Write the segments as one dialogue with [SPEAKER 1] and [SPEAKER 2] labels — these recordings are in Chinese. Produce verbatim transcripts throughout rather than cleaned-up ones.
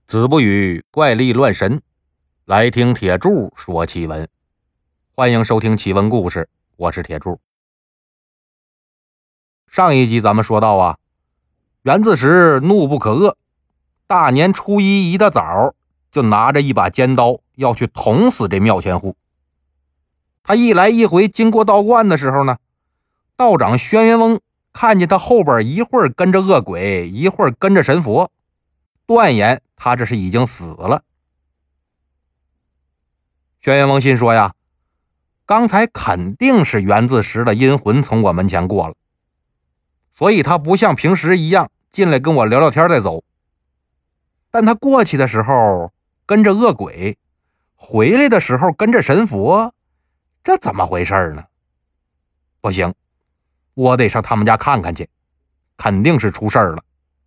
[SPEAKER 1] 子不语怪力乱神，来听铁柱说奇闻。欢迎收听奇闻故事，我是铁柱。上一集咱们说到啊，袁自实怒不可遏，大年初一一大早就拿着一把尖刀要去捅死这庙前户。他一来一回经过道观的时候呢，道长轩辕翁看见他后边一会儿跟着恶鬼，一会儿跟着神佛，断言他这是已经死了。轩辕翁心说呀，刚才肯定是袁自实的阴魂从我门前过了，所以他不像平时一样进来跟我聊聊天再走。但他过去的时候跟着恶鬼，回来的时候跟着神佛，这怎么回事呢？不行，我得上他们家看看去，肯定是出事了。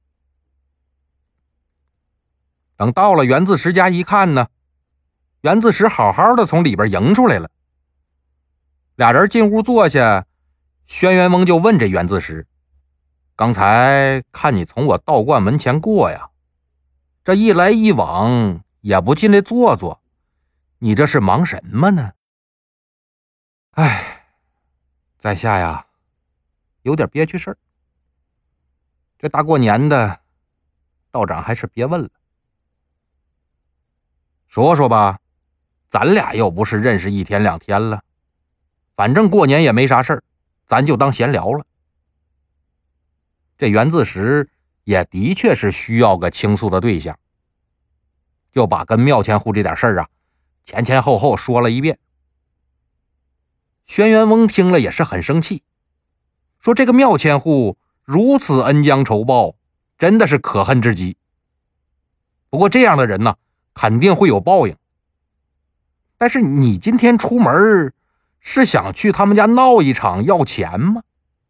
[SPEAKER 1] 等到了袁自实家一看呢，袁自实好好的从里边迎出来了。俩人进屋坐下，轩辕翁就问这袁自实，刚才看你从我道观门前过呀，这一来一往也不进来坐坐，你这是忙什么呢？哎，在下呀有点憋屈事儿，这大过年的，道长还是别问了。说说吧，咱俩又不是认识一天两天了，反正过年也没啥事儿，咱就当闲聊了。这袁自实也的确是需要个倾诉的对象，就把跟庙前户这点事儿啊前前后后说了一遍。轩辕翁听了也是很生气，说这个庙前户如此恩将仇报，真的是可恨之极。不过这样的人呢，肯定会有报应。但是你今天出门是想去他们家闹一场要钱吗？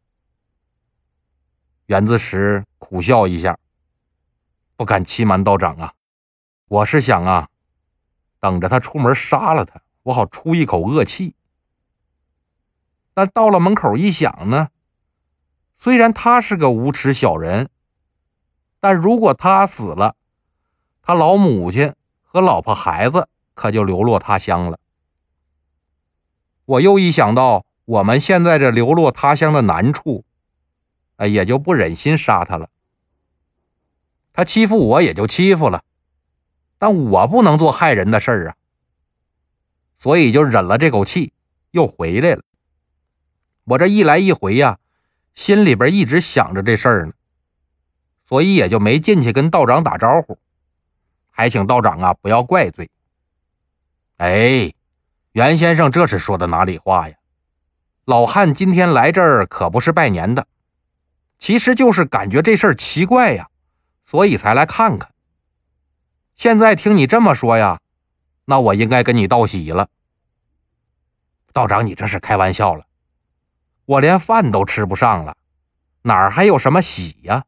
[SPEAKER 1] 袁自实苦笑一下，不敢欺瞒道长啊，我是想啊，等着他出门杀了他，我好出一口恶气。但到了门口一想呢，虽然他是个无耻小人，但如果他死了，他老母亲和老婆孩子可就流落他乡了。我又一想到我们现在这流落他乡的难处，哎，也就不忍心杀他了。他欺负我也就欺负了，但我不能做害人的事儿啊，所以就忍了这口气，又回来了。我这一来一回呀、啊，心里边一直想着这事儿呢，所以也就没进去跟道长打招呼，还请道长啊不要怪罪。哎，袁先生这是说的哪里话呀？老汉今天来这儿可不是拜年的，其实就是感觉这事儿奇怪呀，所以才来看看。现在听你这么说呀，那我应该跟你道喜了。道长，你这是开玩笑了，我连饭都吃不上了，哪儿还有什么喜呀？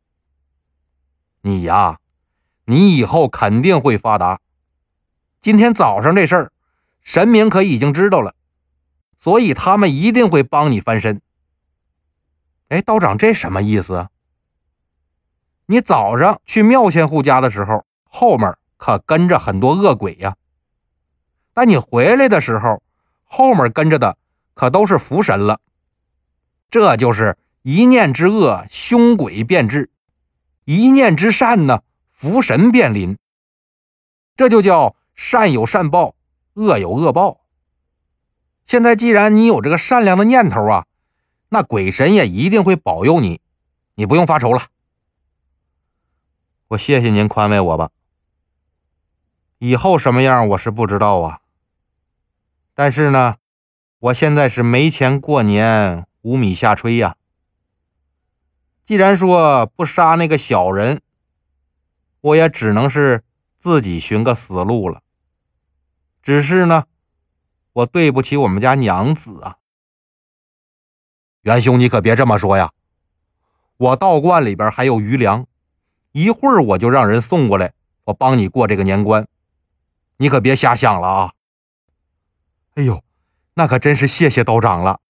[SPEAKER 1] 你呀，你以后肯定会发达。今天早上这事儿，神明可已经知道了，所以他们一定会帮你翻身。哎，道长，这什么意思啊？你早上去庙前户家的时候，后面可跟着很多恶鬼呀，但你回来的时候，后面跟着的可都是福神了。这就是一念之恶，凶鬼变至；一念之善呢，福神变临。这就叫善有善报，恶有恶报。现在既然你有这个善良的念头啊，那鬼神也一定会保佑你，你不用发愁了。我谢谢您宽慰我吧，以后什么样我是不知道啊。但是呢，我现在是没钱过年，无米下炊呀。既然说不杀那个小人，我也只能是自己寻个死路了。只是呢，我对不起我们家娘子啊。袁兄，你可别这么说呀，我道观里边还有余粮，一会儿我就让人送过来，我帮你过这个年关，你可别瞎想了啊。哎呦，那可真是谢谢道长了。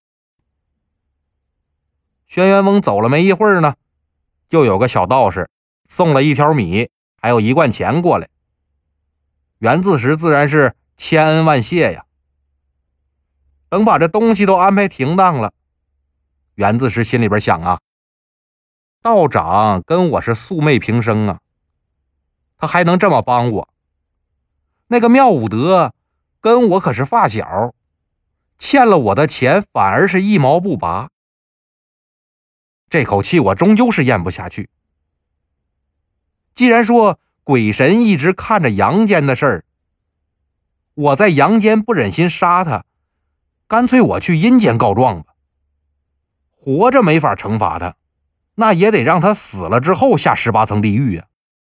[SPEAKER 1] 轩辕翁走了没一会儿呢，就有个小道士送了一条米还有一贯钱过来。袁自石自然是千恩万谢呀。等把这东西都安排停当了，袁自石心里边想啊，道长跟我是素昧平生啊，他还能这么帮我。那个妙武德跟我可是发小，欠了我的钱反而是一毛不拔。这口气我终究是咽不下去。既然说鬼神一直看着阳间的事儿，我在阳间不忍心杀他，干脆我去阴间告状吧。活着没法惩罚他，那也得让他死了之后下十八层地狱呀。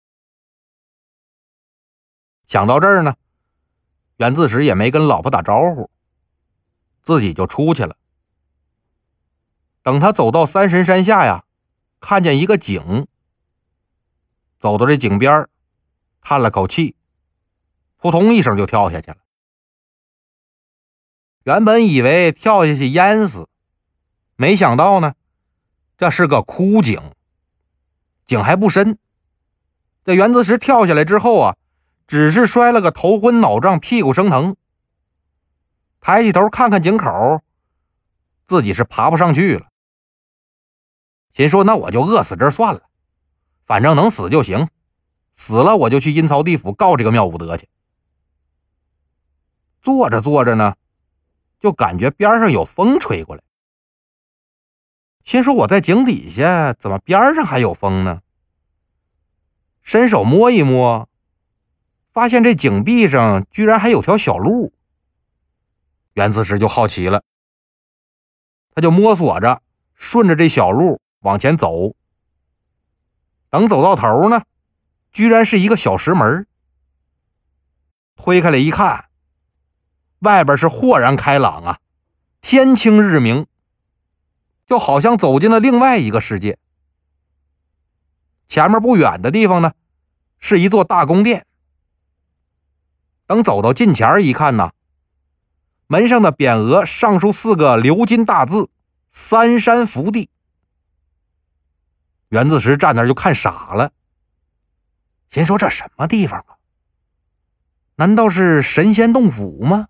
[SPEAKER 1] 想到这儿呢，袁自石也没跟老婆打招呼，自己就出去了。等他走到三神山下呀，看见一个井，走到这井边，叹了口气，扑通一声就跳下去了。原本以为跳下去淹死，没想到呢，这是个枯井，井还不深。这袁自石跳下来之后啊，只是摔了个头昏脑胀，屁股生疼。抬起头看看井口，自己是爬不上去了。心说那我就饿死这儿算了，反正能死就行，死了我就去阴曹地府告这个妙武德去。坐着坐着呢，就感觉边上有风吹过来。心说我在井底下，怎么边上还有风呢？伸手摸一摸，发现这井壁上居然还有条小路。袁自石就好奇了，他就摸索着顺着这小路往前走。等走到头呢，居然是一个小石门。推开来一看，外边是豁然开朗啊，天清日明，就好像走进了另外一个世界。前面不远的地方呢，是一座大宫殿。等走到近前一看呢，门上的匾额上书四个鎏金大字“三山福地”。袁自石站那儿就看傻了，心说这什么地方啊？难道是神仙洞府吗？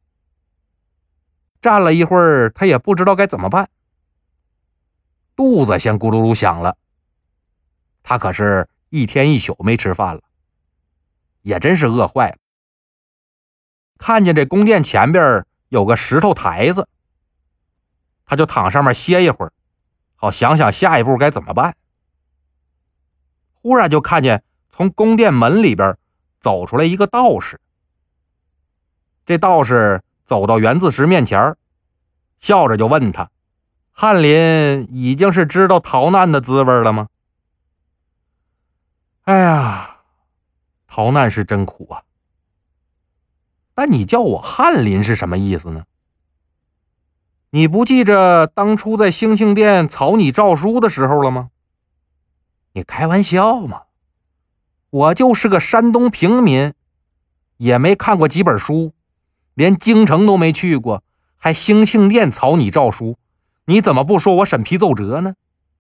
[SPEAKER 1] 站了一会儿，他也不知道该怎么办，肚子先咕噜噜响了。他可是一天一宿没吃饭了，也真是饿坏了。看见这宫殿前边有个石头台子，他就躺上面歇一会儿，好想想下一步该怎么办。忽然就看见从宫殿门里边走出来一个道士。这道士走到袁自石面前，笑着就问他：翰林已经是知道逃难的滋味了吗？哎呀，逃难是真苦啊。但你叫我翰林是什么意思呢？你不记着当初在兴庆殿草拟诏书的时候了吗？你开玩笑吗？我就是个山东平民，也没看过几本书，连京城都没去过，还兴庆殿草拟诏书，你怎么不说我审批奏折呢？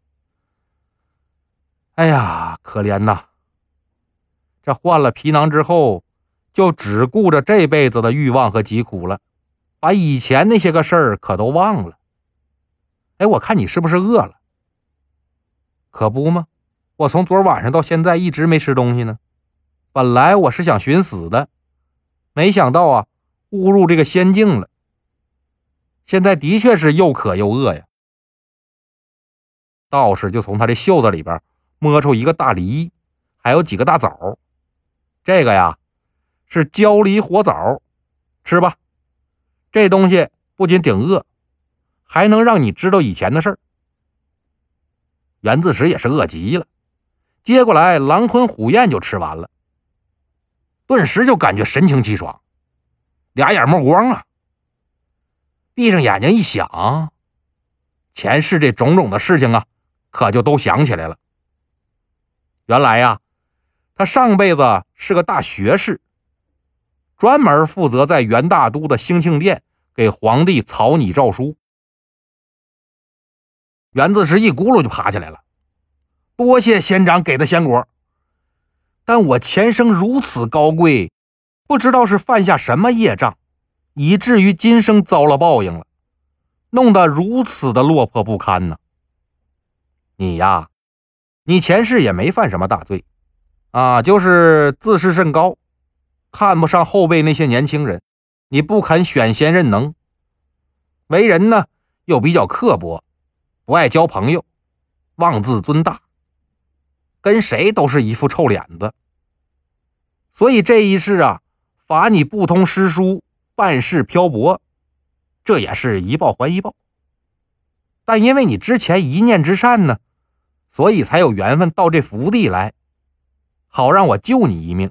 [SPEAKER 1] 哎呀，可怜呐，这换了皮囊之后，就只顾着这辈子的欲望和疾苦了，把以前那些个事儿可都忘了。哎，我看你是不是饿了？可不吗？我从昨晚上到现在一直没吃东西呢。本来我是想寻死的，没想到啊，误入这个仙境了。现在的确是又渴又饿呀。道士就从他这袖子里边摸出一个大梨，还有几个大枣。这个呀，是焦梨活枣，吃吧。这东西不仅顶饿，还能让你知道以前的事儿。袁自石也是饿极了，接过来狼吞虎咽就吃完了，顿时就感觉神清气爽，俩眼冒光啊。闭上眼睛一想，前世这种种的事情啊，可就都想起来了。原来呀，他上辈子是个大学士，专门负责在元大都的兴庆殿给皇帝草拟诏书。袁自石一咕噜就爬起来了，多谢仙长给的仙果。 但我前生如此高贵，不知道是犯下什么业障，以至于今生遭了报应了，弄得如此的落魄不堪呢。你呀，你前世也没犯什么大罪啊，就是自视甚高，看不上后辈那些年轻人，你不肯选贤任能，为人呢又比较刻薄，不爱交朋友，妄自尊大，跟谁都是一副臭脸子。所以这一世啊，罚你不通诗书，办事漂泊，这也是一报还一报。但因为你之前一念之善呢，所以才有缘分到这福地来，好让我救你一命。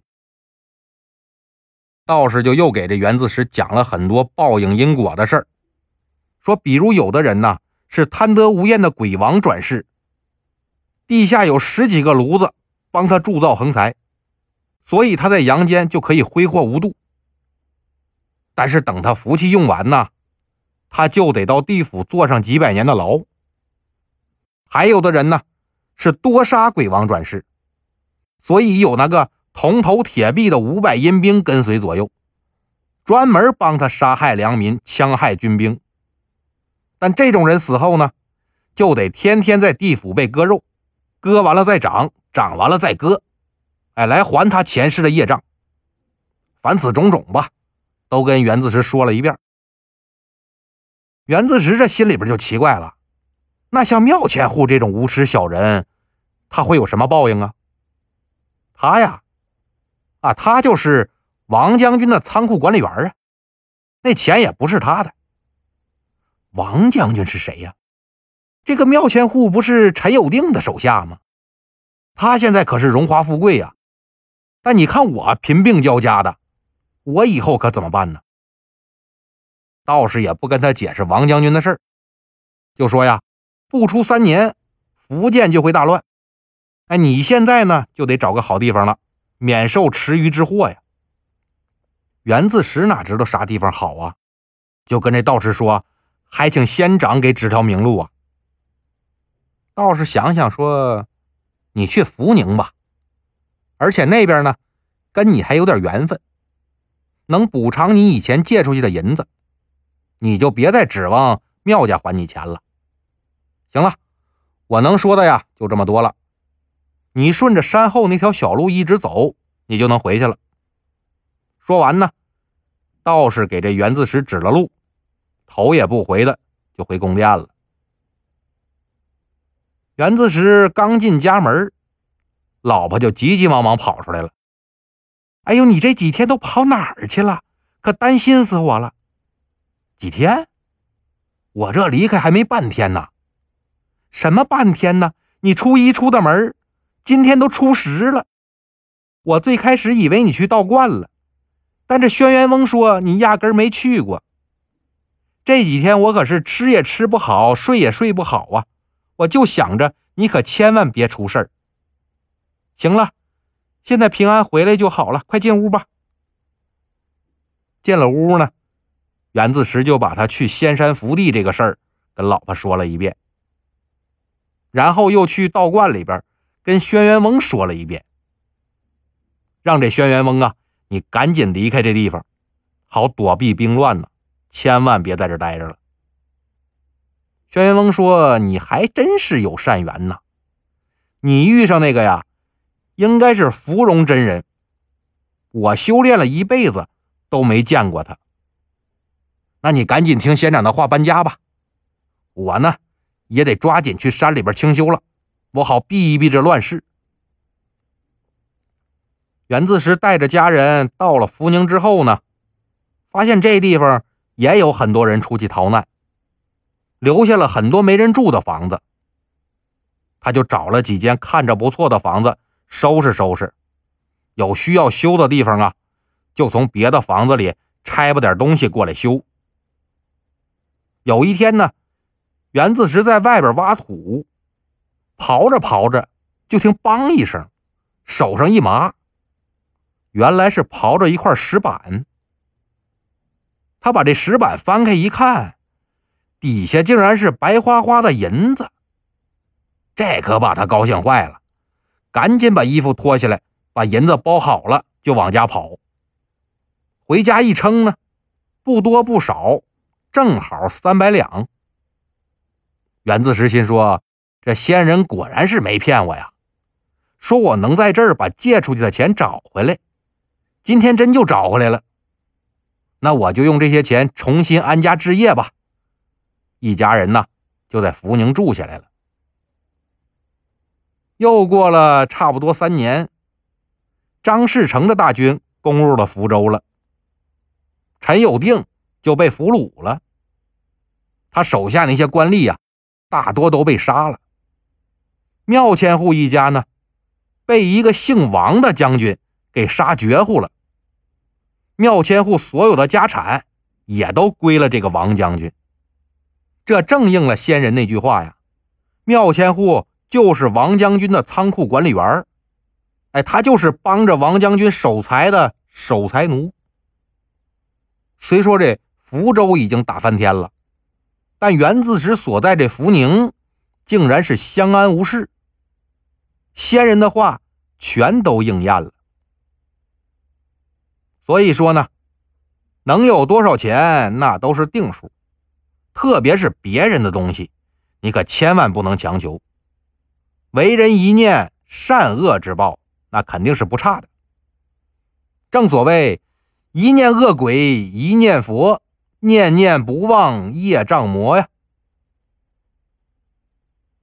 [SPEAKER 1] 道士就又给这袁自石讲了很多报应因果的事儿，说比如有的人呢是贪得无厌的鬼王转世，地下有十几个炉子帮他铸造横财，所以他在阳间就可以挥霍无度。但是等他福气用完呢，他就得到地府坐上几百年的牢。还有的人呢是多杀鬼王转世，所以有那个铜头铁臂的五百阴兵跟随左右，专门帮他杀害良民，戕害军兵。但这种人死后呢，就得天天在地府被割肉，割完了再长，长完了再割，哎，来还他前世的业障。凡此种种吧，都跟袁自石说了一遍。袁自石这心里边就奇怪了，那像庙千户这种无耻小人，他会有什么报应啊？他呀，啊，他就是王将军的仓库管理员啊，那钱也不是他的。王将军是谁呀？这个庙千户不是陈有定的手下吗？他现在可是荣华富贵呀，但你看我贫病交加的，我以后可怎么办呢？道士也不跟他解释王将军的事儿，就说呀，不出三年，福建就会大乱。哎，你现在呢就得找个好地方了，免受池鱼之祸呀。袁自石哪知道啥地方好啊，就跟这道士说，还请仙长给指条明路啊。道士想想说，你去福宁吧，而且那边呢跟你还有点缘分，能补偿你以前借出去的银子，你就别再指望庙家还你钱了。行了，我能说的呀就这么多了，你顺着山后那条小路一直走，你就能回去了。说完呢，道士给这袁自石指了路，头也不回的就回宫殿了。袁自石刚进家门，老婆就急急忙忙跑出来了。哎呦，你这几天都跑哪儿去了？可担心死我了。几天？我这离开还没半天呢。什么半天呢？你初一出的门，今天都初十了。我最开始以为你去道观了，但这轩辕翁说你压根儿没去过。这几天我可是吃也吃不好，睡也睡不好啊，我就想着你可千万别出事儿。行了，现在平安回来就好了，快进屋吧。进了屋呢，袁自石就把他去仙山福地这个事儿跟老婆说了一遍，然后又去道观里边跟轩辕翁说了一遍，让这轩辕翁啊，你赶紧离开这地方，好躲避兵乱呢，千万别在这待着了。轩辕翁说，你还真是有善缘呐，你遇上那个呀应该是芙蓉真人，我修炼了一辈子都没见过他。那你赶紧听仙长的话搬家吧，我呢也得抓紧去山里边清修了，我好避一避这乱世。袁自石带着家人到了福宁之后呢，发现这地方也有很多人出去逃难，留下了很多没人住的房子。他就找了几间看着不错的房子收拾收拾，有需要修的地方啊，就从别的房子里拆吧点东西过来修。有一天呢，袁自石在外边挖土，刨着刨着就听梆一声，手上一麻，原来是刨着一块石板。他把这石板翻开一看，底下竟然是白花花的银子，这可把他高兴坏了，赶紧把衣服脱下来把银子包好了就往家跑。回家一称呢，不多不少，正好三百两。袁自实心说，这仙人果然是没骗我呀，说我能在这儿把借出去的钱找回来，今天真就找回来了。那我就用这些钱重新安家置业吧。一家人呢就在福宁住下来了。又过了差不多三年，张士诚的大军攻入了福州了，陈有定就被俘虏了，他手下那些官吏啊，大多都被杀了。缪千户一家呢，被一个姓王的将军给杀绝户了。缪千户所有的家产也都归了这个王将军。这正应了先人那句话呀，缪千户就是王将军的仓库管理员，哎，他就是帮着王将军守财的守财奴。虽说这福州已经打翻天了，但袁自实所在这福宁竟然是相安无事，先人的话全都应验了。所以说呢，能有多少钱那都是定数，特别是别人的东西，你可千万不能强求。为人一念，善恶之报那肯定是不差的。正所谓一念恶鬼一念佛，念念不忘业障魔呀。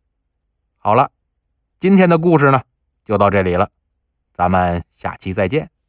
[SPEAKER 1] 好了，今天的故事呢就到这里了，咱们下期再见。